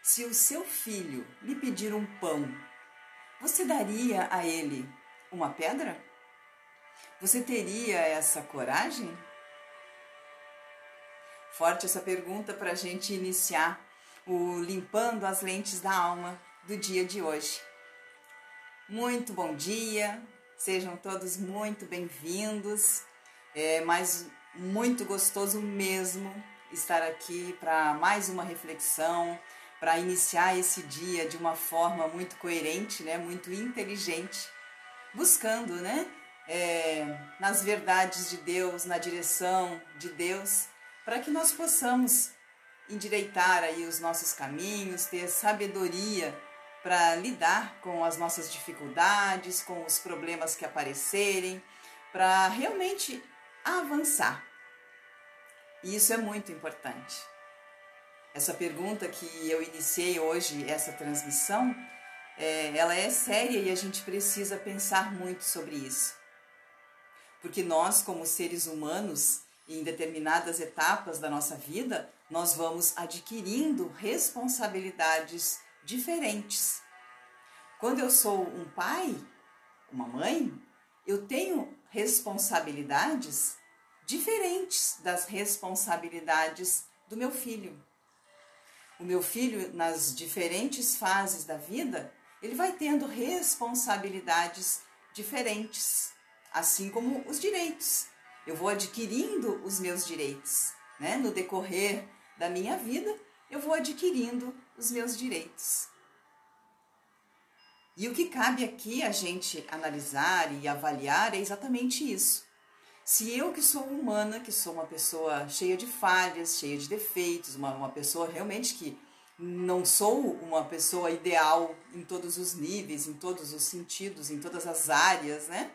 Se o seu filho lhe pedir um pão, você daria a ele uma pedra? Você teria essa coragem? Forte essa pergunta para a gente iniciar o Limpando as Lentes da Alma do dia de hoje. Muito bom dia, sejam todos muito bem-vindos. Mas muito gostoso mesmo estar aqui para mais uma reflexão, para iniciar esse dia de uma forma muito coerente, né? Muito inteligente, buscando, né? Nas verdades de Deus, na direção de Deus, para que nós possamos endireitar aí os nossos caminhos, ter sabedoria para lidar com as nossas dificuldades, com os problemas que aparecerem, para realmente avançar. E isso é muito importante. Essa pergunta que eu iniciei hoje, essa transmissão, ela é séria e a gente precisa pensar muito sobre isso. Porque nós, como seres humanos, em determinadas etapas da nossa vida, nós vamos adquirindo responsabilidades diferentes. Quando eu sou um pai, uma mãe, eu tenho responsabilidades diferentes das responsabilidades do meu filho. O meu filho, nas diferentes fases da vida, ele vai tendo responsabilidades diferentes, assim como os direitos. Eu vou adquirindo os meus direitos, né? No decorrer da minha vida, eu vou adquirindo os meus direitos. E o que cabe aqui a gente analisar e avaliar é exatamente isso. Se eu que sou humana, que sou uma pessoa cheia de falhas, cheia de defeitos, uma pessoa realmente que não sou uma pessoa ideal em todos os níveis, em todos os sentidos, em todas as áreas, né?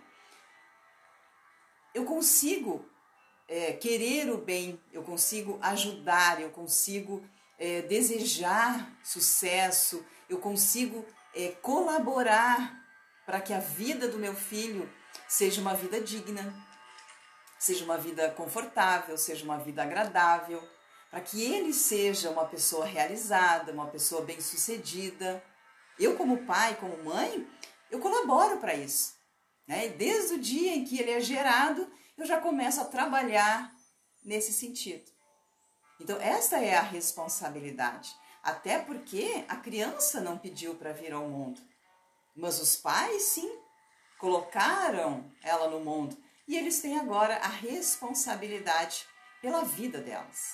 Eu consigo querer o bem, eu consigo ajudar, eu consigo desejar sucesso, eu consigo colaborar para que a vida do meu filho seja uma vida digna, seja uma vida confortável, seja uma vida agradável, para que ele seja uma pessoa realizada, uma pessoa bem-sucedida. Eu, como pai, como mãe, eu colaboro para isso, né? Desde o dia em que ele é gerado, eu já começo a trabalhar nesse sentido. Então, essa é a responsabilidade, até porque a criança não pediu para vir ao mundo, mas os pais, sim, colocaram ela no mundo. E eles têm agora a responsabilidade pela vida delas.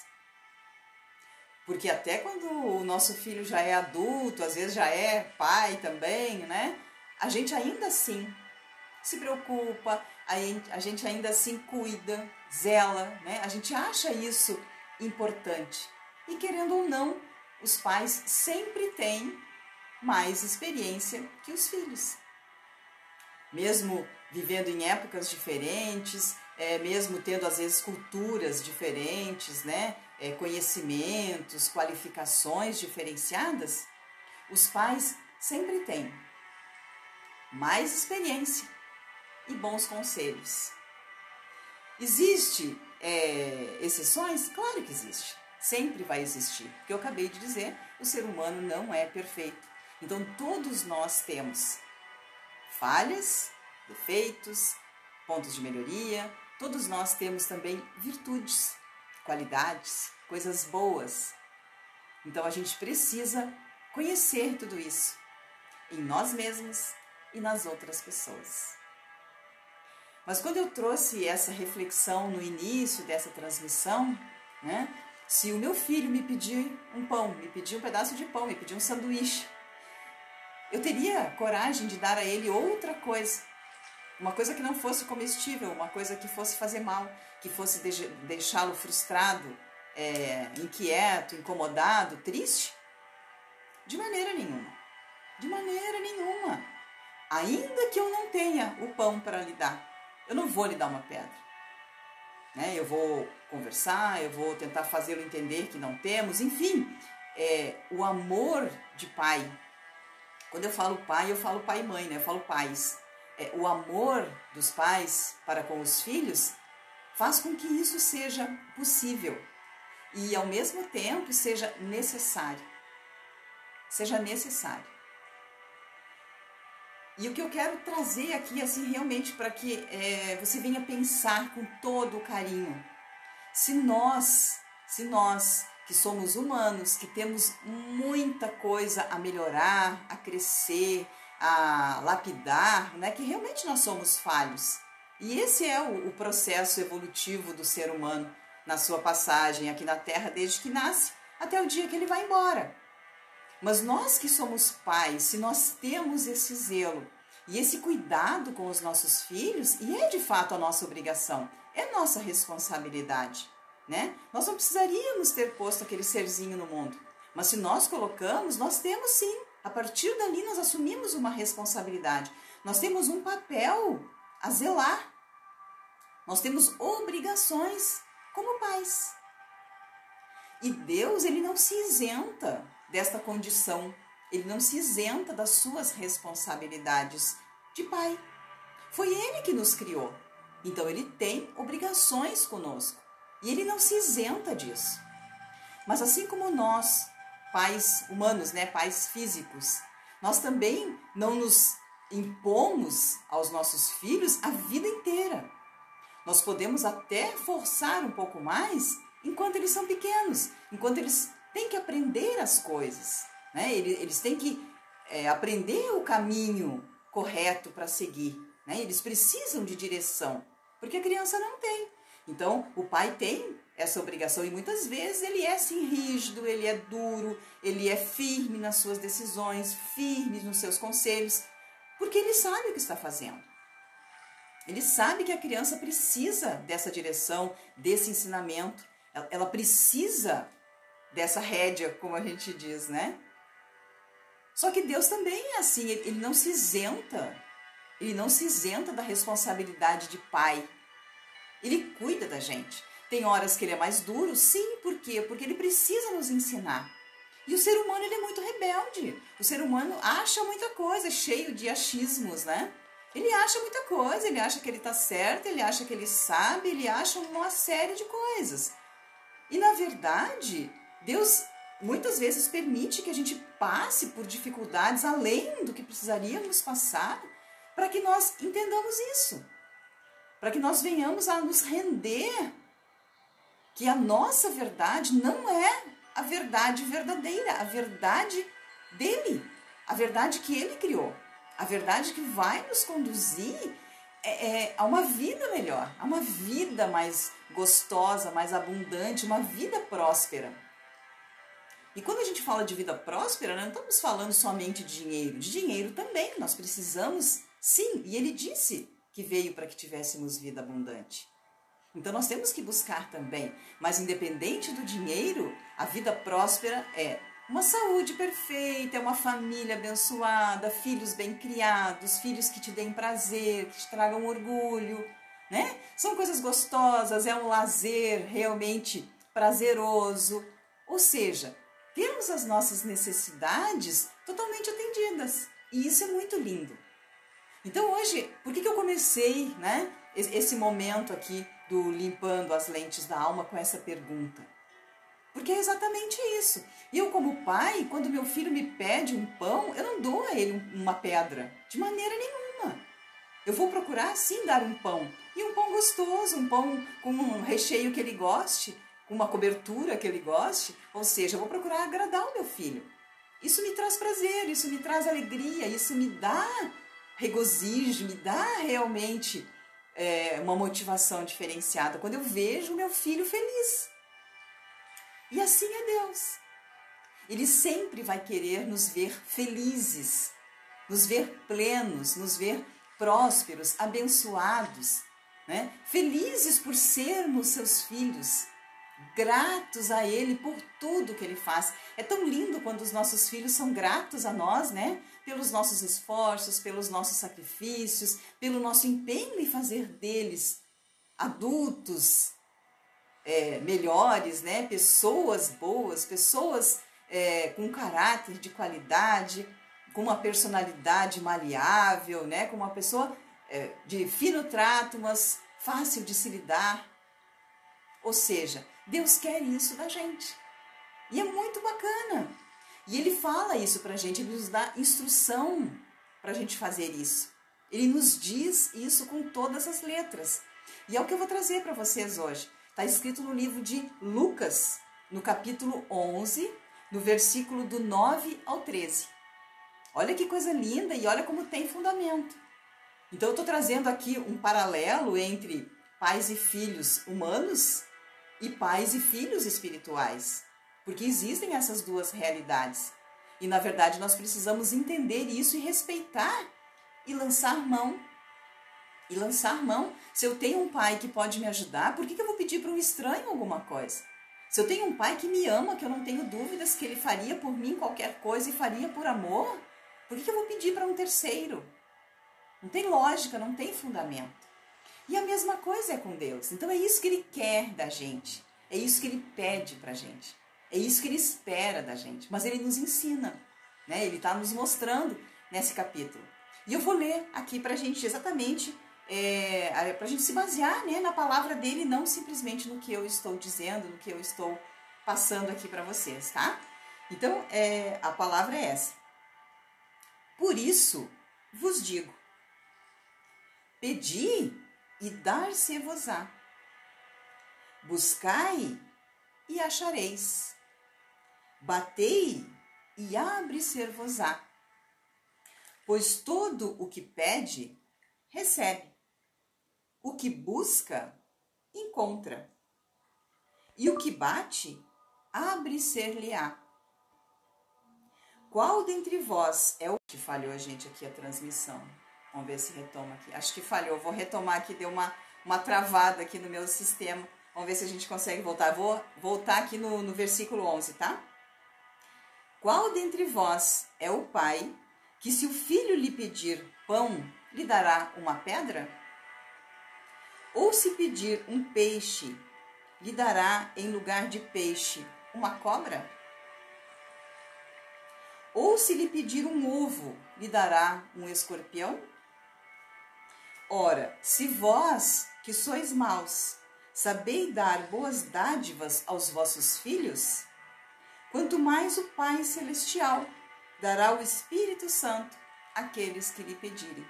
Porque até quando o nosso filho já é adulto, às vezes já é pai também, né? A gente ainda assim se preocupa, a gente ainda assim cuida, zela, né? A gente acha isso importante. E querendo ou não, os pais sempre têm mais experiência que os filhos. Mesmo vivendo em épocas diferentes, mesmo tendo às vezes culturas diferentes, né? Conhecimentos, qualificações diferenciadas, os pais sempre têm mais experiência e bons conselhos. Existe exceções? Claro que existe, sempre vai existir, porque eu acabei de dizer, o ser humano não é perfeito. Então todos nós temos falhas, defeitos, pontos de melhoria, todos nós temos também virtudes, qualidades, coisas boas. Então a gente precisa conhecer tudo isso em nós mesmos e nas outras pessoas. Mas quando eu trouxe essa reflexão no início dessa transmissão, né, se o meu filho me pedir um pão, me pedir um pedaço de pão, me pedir um sanduíche, eu teria coragem de dar a ele outra coisa, uma coisa que não fosse comestível, uma coisa que fosse fazer mal, que fosse deixá-lo frustrado, inquieto, incomodado, triste? De maneira nenhuma. De maneira nenhuma. Ainda que eu não tenha o pão para lhe dar, eu não vou lhe dar uma pedra. Né? Eu vou conversar, eu vou tentar fazê-lo entender que não temos, enfim, o amor de pai. Quando eu falo pai e mãe, né? Eu falo pais. O amor dos pais para com os filhos faz com que isso seja possível e, ao mesmo tempo, seja necessário. seja necessário. E o que eu quero trazer aqui, assim, realmente para que você venha pensar com todo o carinho. Se nós que somos humanos, que temos muita coisa a melhorar, a crescer, a lapidar, né, que realmente nós somos falhos. E esse é o processo evolutivo do ser humano na sua passagem aqui na Terra, desde que nasce até o dia que ele vai embora. Mas nós que somos pais, se nós temos esse zelo e esse cuidado com os nossos filhos, e é de fato a nossa obrigação, é nossa responsabilidade, né? Nós não precisaríamos ter posto aquele serzinho no mundo, mas se nós colocamos, nós temos sim. A partir dali nós assumimos uma responsabilidade, nós temos um papel a zelar, nós temos obrigações como pais. E Deus, ele não se isenta desta condição, ele não se isenta das suas responsabilidades de pai. Foi ele que nos criou, então ele tem obrigações conosco e ele não se isenta disso. Mas assim como nós, pais humanos, né, pais físicos, nós também não nos impomos aos nossos filhos a vida inteira. Nós podemos até forçar um pouco mais enquanto eles são pequenos, enquanto eles têm que aprender as coisas, né? Eles têm que aprender o caminho correto para seguir, né? Eles precisam de direção, porque a criança não tem. Então, o pai tem essa obrigação e muitas vezes ele é assim rígido, ele é duro, ele é firme nas suas decisões, firme nos seus conselhos, porque ele sabe o que está fazendo. Ele sabe que a criança precisa dessa direção, desse ensinamento, ela precisa dessa rédea, como a gente diz, né? Só que Deus também é assim, ele não se isenta da responsabilidade de pai. Ele cuida da gente. Tem horas que ele é mais duro, sim, por quê? Porque ele precisa nos ensinar. E o ser humano, ele é muito rebelde. O ser humano acha muita coisa, cheio de achismos, né? Ele acha muita coisa, ele acha que ele está certo, ele acha que ele sabe, ele acha uma série de coisas. E na verdade, Deus muitas vezes permite que a gente passe por dificuldades além do que precisaríamos passar para que nós entendamos isso. Para que nós venhamos a nos render que a nossa verdade não é a verdade verdadeira, a verdade dele, a verdade que ele criou. A verdade que vai nos conduzir a uma vida melhor, a uma vida mais gostosa, mais abundante, uma vida próspera. E quando a gente fala de vida próspera, não estamos falando somente de dinheiro. De dinheiro também, nós precisamos, sim. E ele disse que veio para que tivéssemos vida abundante. Então nós temos que buscar também. Mas independente do dinheiro, a vida próspera é uma saúde perfeita, é uma família abençoada, filhos bem criados, filhos que te deem prazer, que te tragam orgulho, né? São coisas gostosas, é um lazer realmente prazeroso. Ou seja, temos as nossas necessidades totalmente atendidas. E isso é muito lindo. Então hoje, por que eu comecei, né, esse momento aqui do Limpando as Lentes da Alma com essa pergunta? Porque é exatamente isso. E eu, como pai, quando meu filho me pede um pão, eu não dou a ele uma pedra, de maneira nenhuma. Eu vou procurar, sim, dar um pão. E um pão gostoso, um pão com um recheio que ele goste, com uma cobertura que ele goste. Ou seja, eu vou procurar agradar o meu filho. Isso me traz prazer, isso me traz alegria, isso me dá regozijo, me dá realmente uma motivação diferenciada. Quando eu vejo o meu filho feliz. E assim é Deus. Ele sempre vai querer nos ver felizes, nos ver plenos, nos ver prósperos, abençoados, né? Felizes por sermos seus filhos, gratos a Ele por tudo que Ele faz. É tão lindo quando os nossos filhos são gratos a nós, né? Pelos nossos esforços, pelos nossos sacrifícios, pelo nosso empenho em fazer deles adultos melhores, né? Pessoas boas, pessoas com caráter de qualidade, com uma personalidade maleável, né? Com uma pessoa de fino trato, mas fácil de se lidar. Ou seja, Deus quer isso da gente. E é muito bacana. E ele fala isso pra gente, ele nos dá instrução pra gente fazer isso. Ele nos diz isso com todas as letras. E é o que eu vou trazer para vocês hoje. Está escrito no livro de Lucas, no capítulo 11, no versículo do 9 ao 13. Olha que coisa linda e olha como tem fundamento. Então eu estou trazendo aqui um paralelo entre pais e filhos humanos e pais e filhos espirituais. Porque existem essas duas realidades. E na verdade nós precisamos entender isso e respeitar e lançar mão. E lançar mão. Se eu tenho um pai que pode me ajudar, por que eu vou pedir para um estranho alguma coisa? Se eu tenho um pai que me ama, que eu não tenho dúvidas que ele faria por mim qualquer coisa e faria por amor, por que eu vou pedir para um terceiro? Não tem lógica, não tem fundamento. E a mesma coisa é com Deus. Então é isso que ele quer da gente. É isso que ele pede para a gente. É isso que ele espera da gente. Mas ele nos ensina, né? Ele está nos mostrando nesse capítulo. E eu vou ler aqui para a gente exatamente, para a gente se basear, né, na palavra dele, não simplesmente no que eu estou dizendo, no que eu estou passando aqui para vocês, tá? Então, a palavra é essa. Por isso vos digo, pedi e dar-se-vos-á. Buscai e achareis. Batei e abre-se-vos-á. Pois todo o que pede, recebe. O que busca, encontra. E o que bate, abre-se-lhe-á. Qual dentre vós é o que falhou a gente aqui a transmissão? Vamos ver se retoma aqui. Acho que falhou. Vou retomar aqui, deu uma travada aqui no meu sistema. Vamos ver se a gente consegue voltar. Vou voltar aqui no versículo 11, tá? Qual dentre vós é o pai que, se o filho lhe pedir pão, lhe dará uma pedra? Ou se pedir um peixe, lhe dará em lugar de peixe uma cobra? Ou se lhe pedir um ovo, lhe dará um escorpião? Ora, se vós, que sois maus, sabeis dar boas dádivas aos vossos filhos, quanto mais o Pai Celestial dará o Espírito Santo àqueles que lhe pedirem.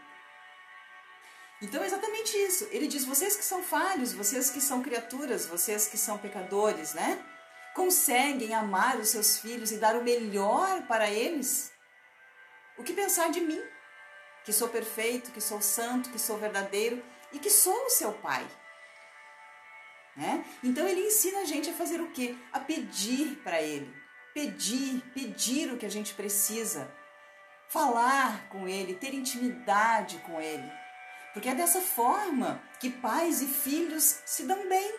Então é exatamente isso. Ele diz, vocês que são falhos, vocês que são criaturas, vocês que são pecadores, né? Conseguem amar os seus filhos e dar o melhor para eles? O que pensar de mim, que sou perfeito, que sou santo, que sou verdadeiro e que sou o seu pai? Né? Então ele ensina a gente a fazer o quê? A pedir para ele. Pedir o que a gente precisa. Falar com ele, ter intimidade com ele. Porque é dessa forma que pais e filhos se dão bem.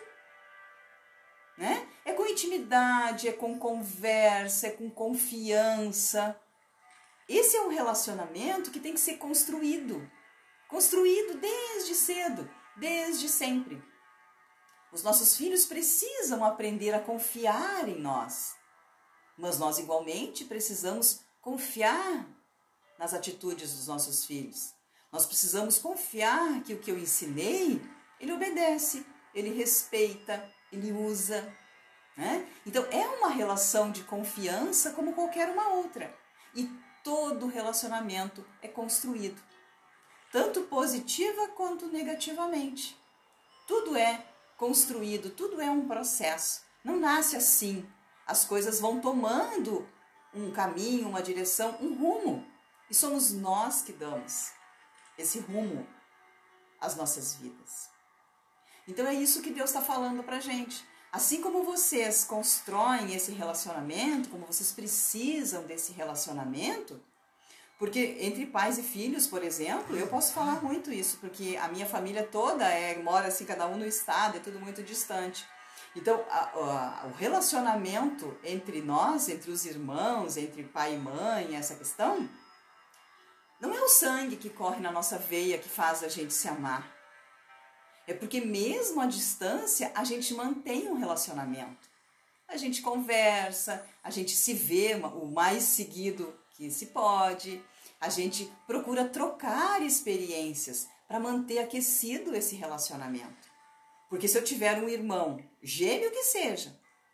Né? É com intimidade, é com conversa, é com confiança. Esse é um relacionamento que tem que ser construído. Construído desde cedo, desde sempre. Os nossos filhos precisam aprender a confiar em nós. Mas nós igualmente precisamos confiar nas atitudes dos nossos filhos. Nós precisamos confiar que o que eu ensinei, ele obedece, ele respeita, ele usa. Né? Então é uma relação de confiança como qualquer uma outra. E todo relacionamento é construído, tanto positiva quanto negativamente. Tudo é construído, tudo é um processo. Não nasce assim. As coisas vão tomando um caminho, uma direção, um rumo. E somos nós que damos esse rumo às nossas vidas. Então é isso que Deus está falando pra gente. Assim como vocês constroem esse relacionamento, como vocês precisam desse relacionamento, porque entre pais e filhos, por exemplo, eu posso falar muito isso, porque a minha família toda mora assim, cada um no estado, é tudo muito distante. Então, o relacionamento entre nós, entre os irmãos, entre pai e mãe, essa questão, não é o sangue que corre na nossa veia que faz a gente se amar. É porque mesmo à distância, a gente mantém um relacionamento. A gente conversa, a gente se vê o mais seguido que se pode, a gente procura trocar experiências para manter aquecido esse relacionamento. Porque se eu tiver um irmão, gêmeo que seja,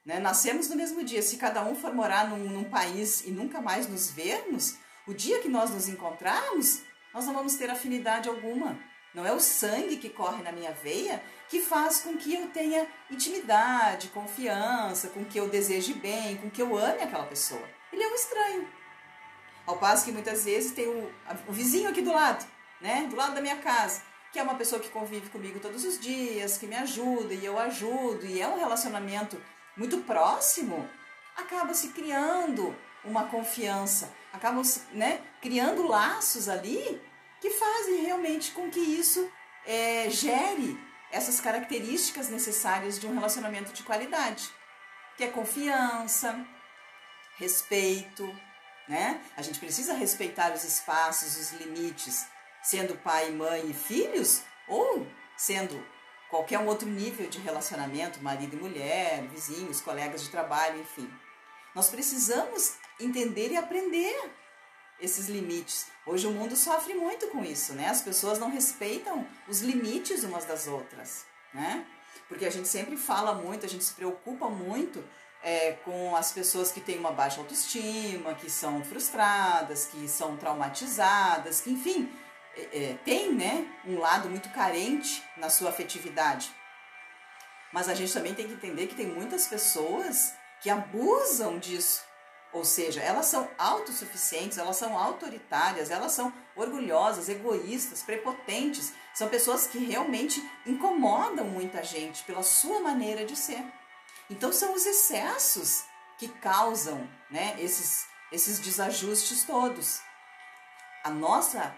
né? Nascemos no mesmo dia. Se cada um for morar num país e nunca mais nos vermos, o dia que nós nos encontrarmos, nós não vamos ter afinidade alguma. Não é o sangue que corre na minha veia que faz com que eu tenha intimidade, confiança, com que eu deseje bem, com que eu ame aquela pessoa. Ele é um estranho. Ao passo que muitas vezes tem o vizinho aqui do lado, né? Do lado da minha casa, que é uma pessoa que convive comigo todos os dias, que me ajuda e eu ajudo, e é um relacionamento muito próximo, acaba se criando uma confiança, acabam, né, criando laços ali que fazem realmente com que isso gere essas características necessárias de um relacionamento de qualidade, que é confiança, respeito, né? A gente precisa respeitar os espaços, os limites, sendo pai, mãe e filhos, ou sendo qualquer um outro nível de relacionamento, marido e mulher, vizinhos, colegas de trabalho, enfim. Nós precisamos entender e aprender esses limites. Hoje o mundo sofre muito com isso, né? As pessoas não respeitam os limites umas das outras, né? Porque a gente sempre fala muito, a gente se preocupa muito com as pessoas que têm uma baixa autoestima, que são frustradas, que são traumatizadas, que, enfim, tem, né, um lado muito carente na sua afetividade. Mas a gente também tem que entender que tem muitas pessoas que abusam disso. Ou seja, elas são autossuficientes, elas são autoritárias, elas são orgulhosas, egoístas, prepotentes. São pessoas que realmente incomodam muita gente pela sua maneira de ser. Então são os excessos que causam, né, esses desajustes todos. A nossa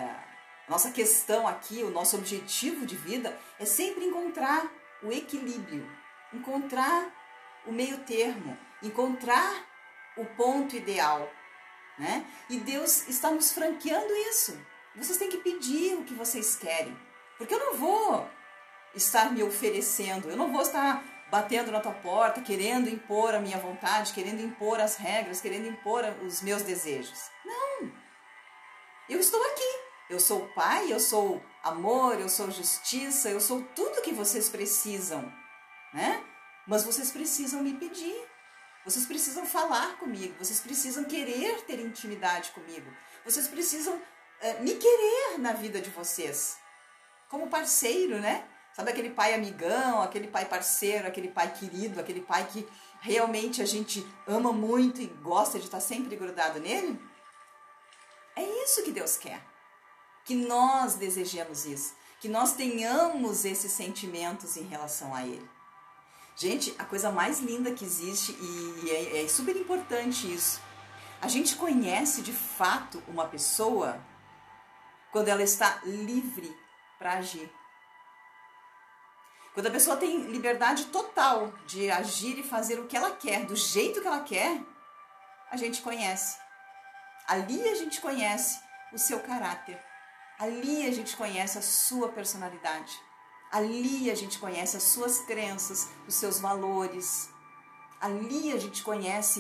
questão aqui, o nosso objetivo de vida é sempre encontrar o equilíbrio, encontrar o meio termo, encontrar o ponto ideal, né? E Deus está nos franqueando isso. Vocês têm que pedir o que vocês querem, porque eu não vou estar me oferecendo, eu não vou estar batendo na tua porta, querendo impor a minha vontade, querendo impor as regras, querendo impor os meus desejos. Não! Eu estou aqui. Eu sou o Pai, eu sou amor, eu sou justiça, eu sou tudo que vocês precisam, né? Mas vocês precisam me pedir. Vocês precisam falar comigo, vocês precisam querer ter intimidade comigo, vocês precisam me querer na vida de vocês, como parceiro, né? Sabe aquele pai amigão, aquele pai parceiro, aquele pai querido, aquele pai que realmente a gente ama muito e gosta de estar sempre grudado nele? É isso que Deus quer, que nós desejemos isso, que nós tenhamos esses sentimentos em relação a Ele. Gente, a coisa mais linda que existe, e é super importante isso, a gente conhece de fato uma pessoa quando ela está livre para agir. Quando a pessoa tem liberdade total de agir e fazer o que ela quer, do jeito que ela quer, a gente conhece. Ali a gente conhece o seu caráter. Ali a gente conhece a sua personalidade. Ali a gente conhece as suas crenças, os seus valores. Ali a gente conhece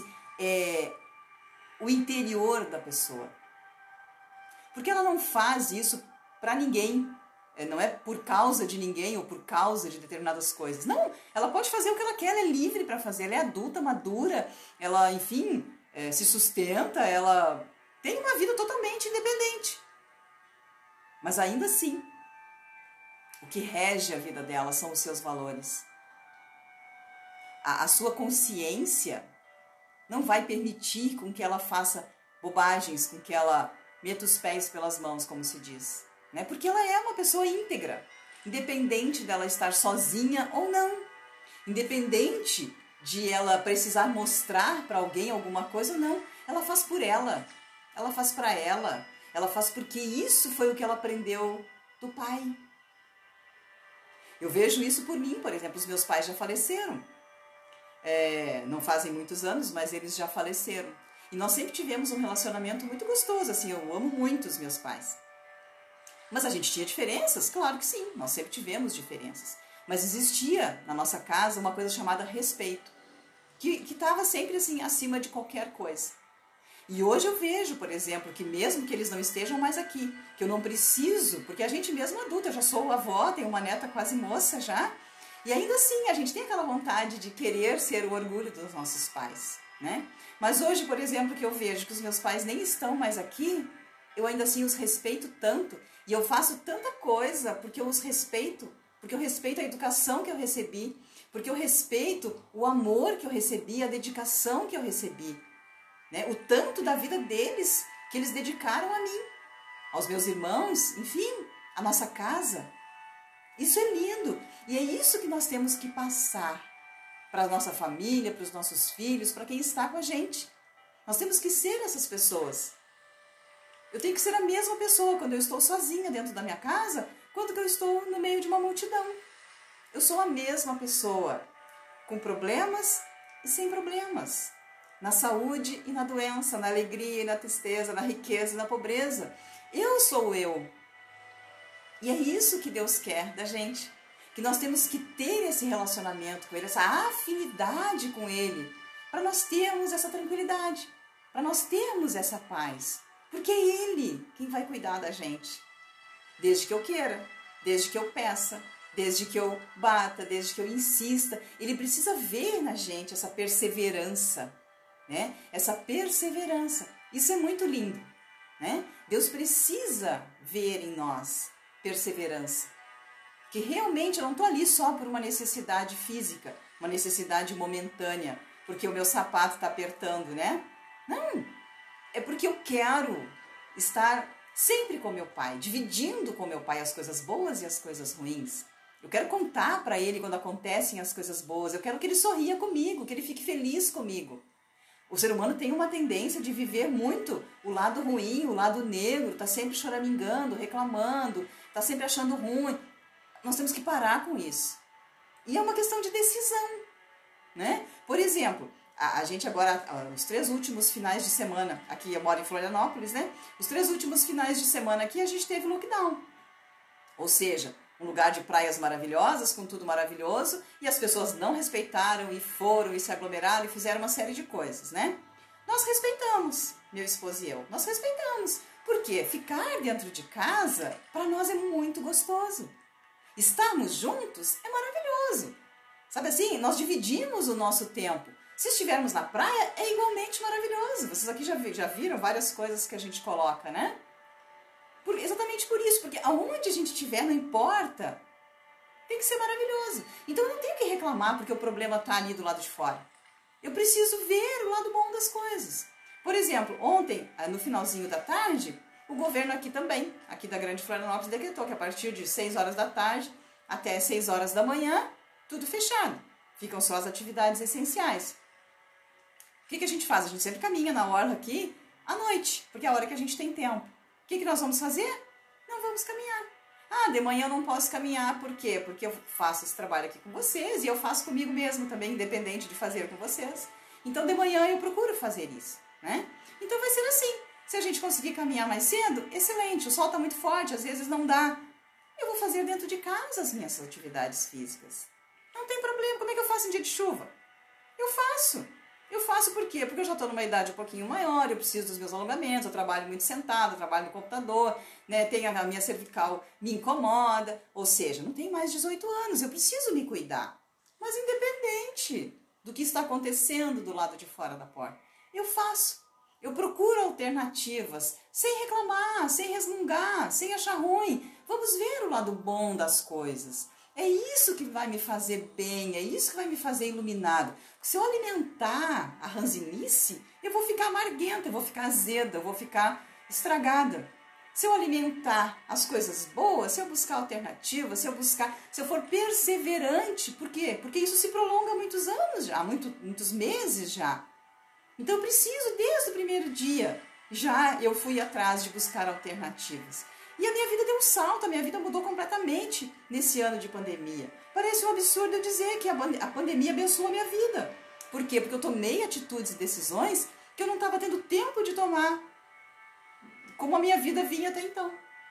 o interior da pessoa. Porque ela não faz isso para ninguém. Não é por causa de ninguém ou por causa de determinadas coisas. Não, ela pode fazer o que ela quer, ela é livre para fazer. Ela é adulta, madura, ela, enfim, se sustenta, ela tem uma vida totalmente independente. Mas ainda assim, o que rege a vida dela são os seus valores. A sua consciência não vai permitir com que ela faça bobagens, com que ela meta os pés pelas mãos, como se diz. Né? Porque ela é uma pessoa íntegra, independente dela estar sozinha ou não. Independente de ela precisar mostrar para alguém alguma coisa ou não. Ela faz por ela, ela faz para ela, ela faz porque isso foi o que ela aprendeu do pai. Eu vejo isso por mim, por exemplo, os meus pais já faleceram. Não fazem muitos anos, mas eles já faleceram. E nós sempre tivemos um relacionamento muito gostoso, assim, eu amo muito os meus pais. Mas a gente tinha diferenças? Claro que sim, nós sempre tivemos diferenças. Mas existia na nossa casa uma coisa chamada respeito, que estava sempre assim, acima de qualquer coisa. E hoje eu vejo, por exemplo, que mesmo que eles não estejam mais aqui, que eu não preciso, porque a gente mesmo adulta, eu já sou avó, tenho uma neta quase moça já, E ainda assim, a gente tem aquela vontade de querer ser o orgulho dos nossos pais, né? Mas hoje, por exemplo, que eu vejo que os meus pais nem estão mais aqui, eu ainda assim os respeito tanto, e eu faço tanta coisa porque eu os respeito, porque eu respeito a educação que eu recebi, porque eu respeito o amor que eu recebi, a dedicação que eu recebi, né? O tanto da vida deles que eles dedicaram a mim, aos meus irmãos, enfim, a nossa casa. Isso é lindo, e é isso que nós temos que passar para a nossa família, para os nossos filhos, para quem está com a gente. Nós temos que ser essas pessoas. Eu tenho que ser a mesma pessoa quando eu estou sozinha dentro da minha casa, quando eu estou no meio de uma multidão. Eu sou a mesma pessoa, com problemas e sem problemas. Na saúde e na doença, na alegria e na tristeza, na riqueza e na pobreza. Eu sou eu. E é isso que Deus quer da gente. Que nós temos que ter esse relacionamento com Ele, essa afinidade com Ele, para nós termos essa tranquilidade, para nós termos essa paz. Porque é Ele quem vai cuidar da gente. Desde que eu queira, desde que eu peça, desde que eu bata, desde que eu insista. Ele precisa ver na gente essa perseverança, né? Essa perseverança. Isso é muito lindo, né? Deus precisa ver em nós perseverança. Que realmente eu não estou ali só por uma necessidade física, uma necessidade momentânea, porque o meu sapato está apertando, né? Não, é porque eu quero estar sempre com meu pai, dividindo com meu pai as coisas boas e as coisas ruins. Eu quero contar para ele quando acontecem as coisas boas, eu quero que ele sorria comigo, que ele fique feliz comigo. O ser humano tem uma tendência de viver muito o lado ruim, o lado negro, está sempre choramingando, reclamando, está sempre achando ruim. Nós temos que parar com isso. E é uma questão de decisão, né? Por exemplo, a gente agora, os 3 últimos finais de semana, aqui eu moro em Florianópolis, né? Os 3 últimos finais de semana aqui a gente teve lockdown. Ou seja, um lugar de praias maravilhosas, com tudo maravilhoso, e as pessoas não respeitaram e foram e se aglomeraram e fizeram uma série de coisas, né? Nós respeitamos, meu esposo e eu, nós respeitamos. Por quê? Ficar dentro de casa, para nós é muito gostoso. Estarmos juntos é maravilhoso. Sabe assim, nós dividimos o nosso tempo. Se estivermos na praia, é igualmente maravilhoso. Vocês aqui já viram várias coisas que a gente coloca, né? Exatamente por isso, porque aonde a gente estiver, não importa, tem que ser maravilhoso. Então eu não tenho que reclamar porque o problema está ali do lado de fora. Eu preciso ver o lado bom das coisas. Por exemplo, ontem, no finalzinho da tarde, o governo aqui também, aqui da Grande Florianópolis, decretou que a partir de 6 horas da tarde até 6 horas da manhã, tudo fechado. Ficam só as atividades essenciais. O que a gente faz? A gente sempre caminha na orla aqui à noite, porque é a hora que a gente tem tempo. O que nós vamos fazer? Não vamos caminhar. Ah, de manhã eu não posso caminhar, por quê? Porque eu faço esse trabalho aqui com vocês e eu faço comigo mesmo também, independente de fazer com vocês. Então de manhã eu procuro fazer isso, né? Então vai ser assim. Se a gente conseguir caminhar mais cedo, excelente. O sol está muito forte, às vezes não dá. Eu vou fazer dentro de casa as minhas atividades físicas. Não tem problema. Como é que eu faço em dia de chuva? Eu faço. Eu faço por quê? Porque eu já estou numa idade um pouquinho maior, eu preciso dos meus alongamentos, eu trabalho muito sentado, eu trabalho no computador, né? Tem a minha cervical me incomoda, ou seja, não tenho mais 18 anos, eu preciso me cuidar. Mas independente do que está acontecendo do lado de fora da porta, eu faço. Eu procuro alternativas, sem reclamar, sem resmungar, sem achar ruim. Vamos ver o lado bom das coisas. É isso que vai me fazer bem, é isso que vai me fazer iluminado. Se eu alimentar a ranzinice, eu vou ficar amarguenta, eu vou ficar azeda, eu vou ficar estragada. Se eu alimentar as coisas boas, se eu buscar alternativas, se eu for perseverante, por quê? Porque isso se prolonga há muitos anos já, muitos meses já. Então eu preciso, desde o primeiro dia, já eu fui atrás de buscar alternativas. E a minha vida deu um salto, a minha vida mudou completamente nesse ano de pandemia. Parece um absurdo eu dizer que a pandemia abençoou a minha vida. Por quê? Porque eu tomei atitudes e decisões que eu não estava tendo tempo de tomar, como a minha vida vinha até então.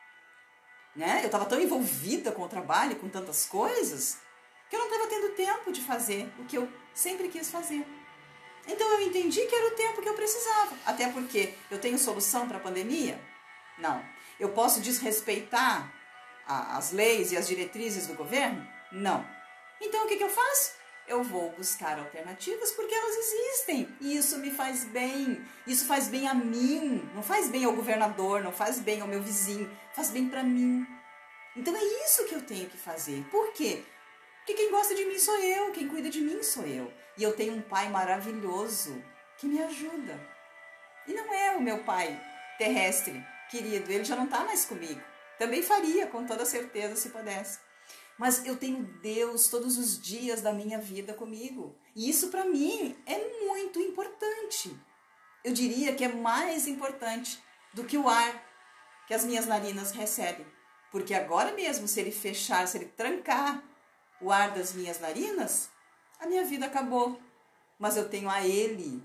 Né? Eu estava tão envolvida com o trabalho, com tantas coisas, que eu não estava tendo tempo de fazer o que eu sempre quis fazer. Então eu entendi que era o tempo que eu precisava. Até porque eu tenho solução para a pandemia? Não. Eu posso desrespeitar as leis e as diretrizes do governo? Não. Então o que eu faço? Eu vou buscar alternativas porque elas existem e isso me faz bem, isso faz bem a mim, não faz bem ao governador, não faz bem ao meu vizinho, faz bem para mim. Então é isso que eu tenho que fazer. Por quê? Porque quem gosta de mim sou eu, quem cuida de mim sou eu. E eu tenho um pai maravilhoso que me ajuda. E não é o meu pai terrestre, querido, ele já não está mais comigo. Também faria, com toda certeza, se pudesse. Mas eu tenho Deus todos os dias da minha vida comigo. E isso para mim é muito importante. Eu diria que é mais importante do que o ar que as minhas narinas recebem. Porque agora mesmo, se ele fechar, se ele trancar o ar das minhas narinas, a minha vida acabou. Mas eu tenho a Ele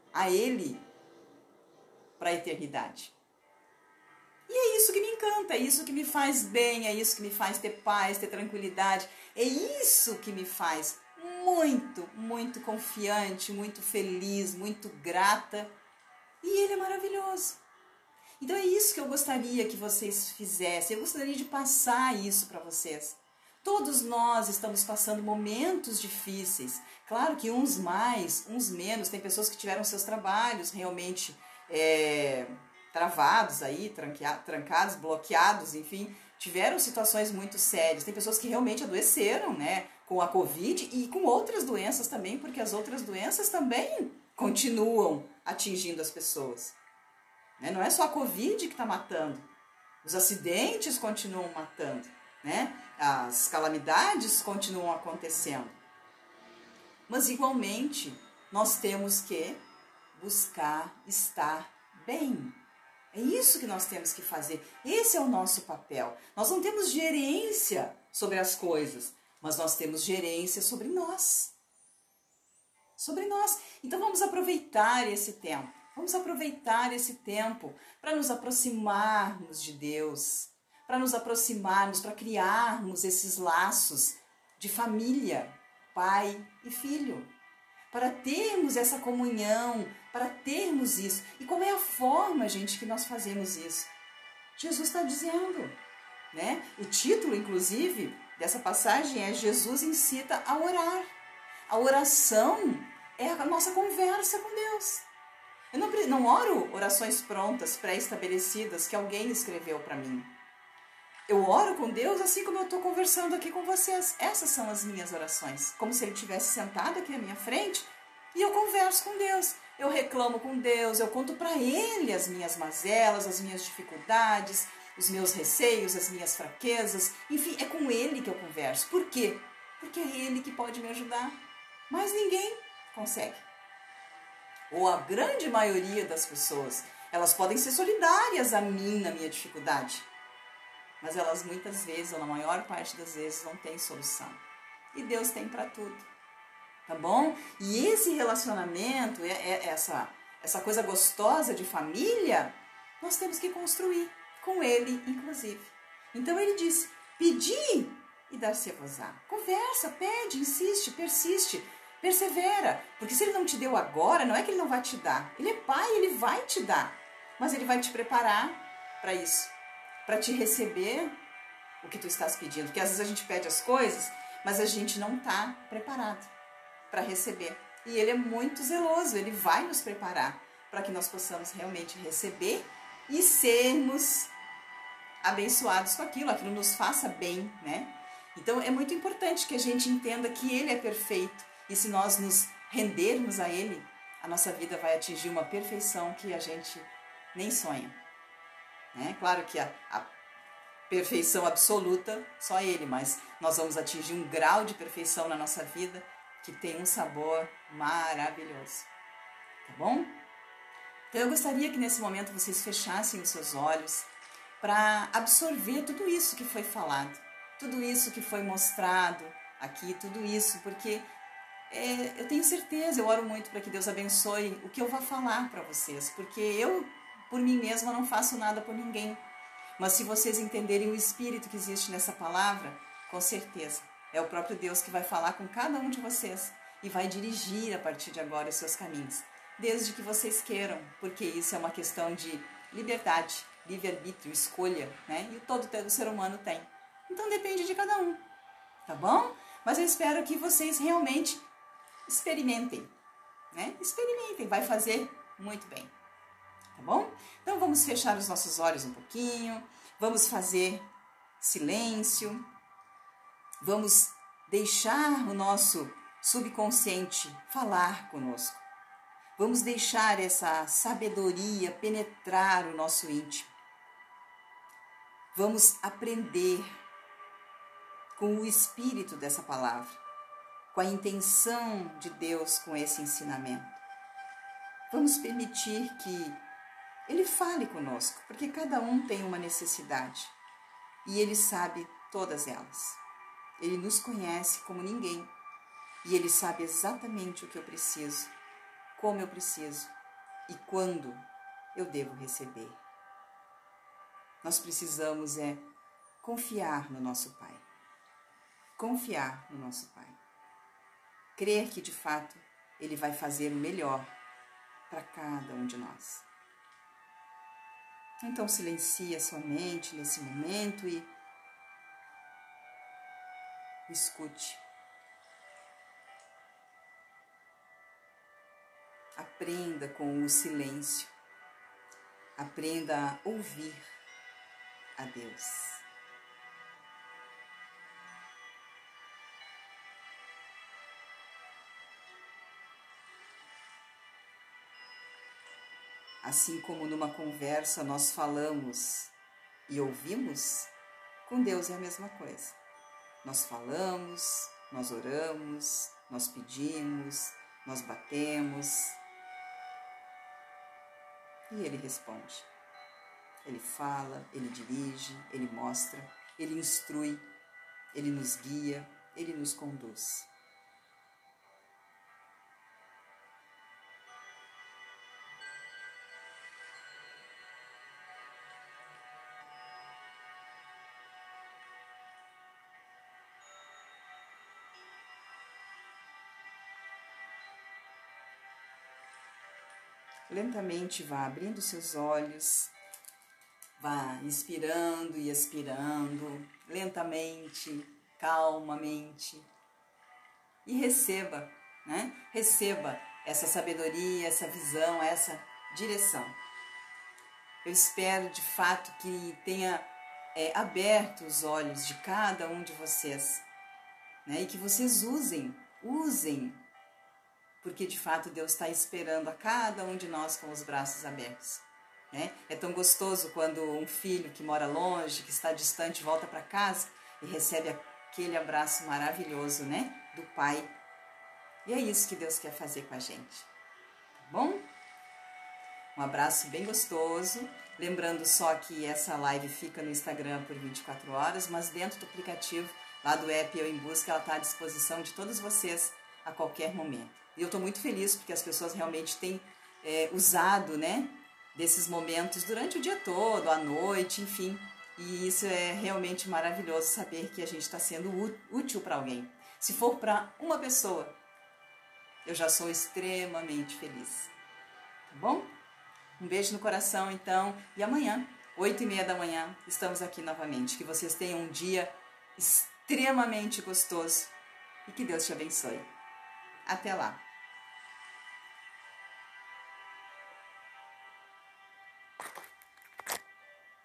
para a eternidade. E é isso que me encanta, é isso que me faz bem, é isso que me faz ter paz, ter tranquilidade. É isso que me faz muito, muito confiante, muito feliz, muito grata. E Ele é maravilhoso. Então é isso que eu gostaria que vocês fizessem, eu gostaria de passar isso para vocês. Todos nós estamos passando momentos difíceis, claro que uns mais, uns menos, tem pessoas que tiveram seus trabalhos realmente travados aí, trancados, bloqueados, enfim, tiveram situações muito sérias, tem pessoas que realmente adoeceram, né, com a Covid e com outras doenças também, porque as outras doenças também continuam atingindo as pessoas. Não é só a Covid que está matando, os acidentes continuam matando, né? As calamidades continuam acontecendo. Mas igualmente, nós temos que buscar estar bem. É isso que nós temos que fazer. Esse é o nosso papel. Nós não temos gerência sobre as coisas, mas nós temos gerência sobre nós. Sobre nós. Então vamos aproveitar esse tempo. Vamos aproveitar esse tempo para nos aproximarmos de Deus, para nos aproximarmos, para criarmos esses laços de família, pai e filho, para termos essa comunhão, para termos isso. E qual é a forma, gente, que nós fazemos isso? Jesus está dizendo, né? O título, inclusive, dessa passagem é Jesus incita a orar. A oração é a nossa conversa com Deus. Eu não oro orações prontas, pré-estabelecidas, que alguém escreveu para mim. Eu oro com Deus assim como eu estou conversando aqui com vocês. Essas são as minhas orações. Como se Ele estivesse sentado aqui à minha frente e eu converso com Deus. Eu reclamo com Deus, eu conto para Ele as minhas mazelas, as minhas dificuldades, os meus receios, as minhas fraquezas. Enfim, é com Ele que eu converso. Por quê? Porque é Ele que pode me ajudar. Mas ninguém consegue. Ou a grande maioria das pessoas, elas podem ser solidárias a mim na minha dificuldade, mas elas muitas vezes, ou na maior parte das vezes, não têm solução. E Deus tem para tudo, tá bom? E esse relacionamento, essa coisa gostosa de família, nós temos que construir com Ele, inclusive. Então Ele diz, pedi e dar-se-vos-á. Conversa, pede, insiste, persiste, persevera, porque se Ele não te deu agora, não é que Ele não vai te dar. Ele é Pai, Ele vai te dar, mas Ele vai te preparar para isso, para te receber o que tu estás pedindo. Porque às vezes a gente pede as coisas, mas a gente não está preparado para receber. E Ele é muito zeloso, Ele vai nos preparar para que nós possamos realmente receber e sermos abençoados com aquilo nos faça bem, né? Então é muito importante que a gente entenda que Ele é perfeito. E se nós nos rendermos a Ele, a nossa vida vai atingir uma perfeição que a gente nem sonha. Né? Claro que a perfeição absoluta, só Ele, mas nós vamos atingir um grau de perfeição na nossa vida que tem um sabor maravilhoso. Tá bom? Então eu gostaria que nesse momento vocês fechassem os seus olhos para absorver tudo isso que foi falado, tudo isso que foi mostrado aqui, tudo isso, porque eu tenho certeza, eu oro muito para que Deus abençoe o que eu vou falar para vocês, porque eu, por mim mesma, não faço nada por ninguém. Mas se vocês entenderem o Espírito que existe nessa palavra, com certeza, é o próprio Deus que vai falar com cada um de vocês e vai dirigir a partir de agora os seus caminhos, desde que vocês queiram, porque isso é uma questão de liberdade, livre-arbítrio, escolha, né? E todo ser humano tem. Então depende de cada um, tá bom? Mas eu espero que vocês realmente experimentem, né? Experimentem, vai fazer muito bem, tá bom? Então vamos fechar os nossos olhos um pouquinho, vamos fazer silêncio, vamos deixar o nosso subconsciente falar conosco. Vamos deixar essa sabedoria penetrar o nosso íntimo. Vamos aprender com o espírito dessa palavra, com a intenção de Deus com esse ensinamento. Vamos permitir que Ele fale conosco, porque cada um tem uma necessidade e Ele sabe todas elas. Ele nos conhece como ninguém e Ele sabe exatamente o que eu preciso, como eu preciso e quando eu devo receber. Nós precisamos confiar no nosso Pai. Confiar no nosso Pai. Crer que, de fato, Ele vai fazer o melhor para cada um de nós. Então, silencie a sua mente nesse momento e escute. Aprenda com o silêncio. Aprenda a ouvir a Deus. Assim como numa conversa nós falamos e ouvimos, com Deus é a mesma coisa. Nós falamos, nós oramos, nós pedimos, nós batemos e Ele responde. Ele fala, Ele dirige, Ele mostra, Ele instrui, Ele nos guia, Ele nos conduz. Lentamente vá abrindo seus olhos, vá inspirando e expirando, lentamente, calmamente. E receba, né? Receba essa sabedoria, essa visão, essa direção. Eu espero de fato que tenha aberto os olhos de cada um de vocês, né? E que vocês usem, porque de fato Deus está esperando a cada um de nós com os braços abertos. Né? É tão gostoso quando um filho que mora longe, que está distante, volta para casa e recebe aquele abraço maravilhoso, né, do pai. E é isso que Deus quer fazer com a gente. Tá bom? Um abraço bem gostoso. Lembrando só que essa live fica no Instagram por 24 horas, mas dentro do aplicativo, lá do app Eu em Busca, ela está à disposição de todos vocês a qualquer momento. E eu estou muito feliz porque as pessoas realmente têm usado, né, desses momentos durante o dia todo, à noite, enfim. E isso é realmente maravilhoso, saber que a gente está sendo útil para alguém. Se for para uma pessoa, eu já sou extremamente feliz. Tá bom? Um beijo no coração, então. E amanhã, 8h30 da manhã, estamos aqui novamente. Que vocês tenham um dia extremamente gostoso e que Deus te abençoe. Até lá!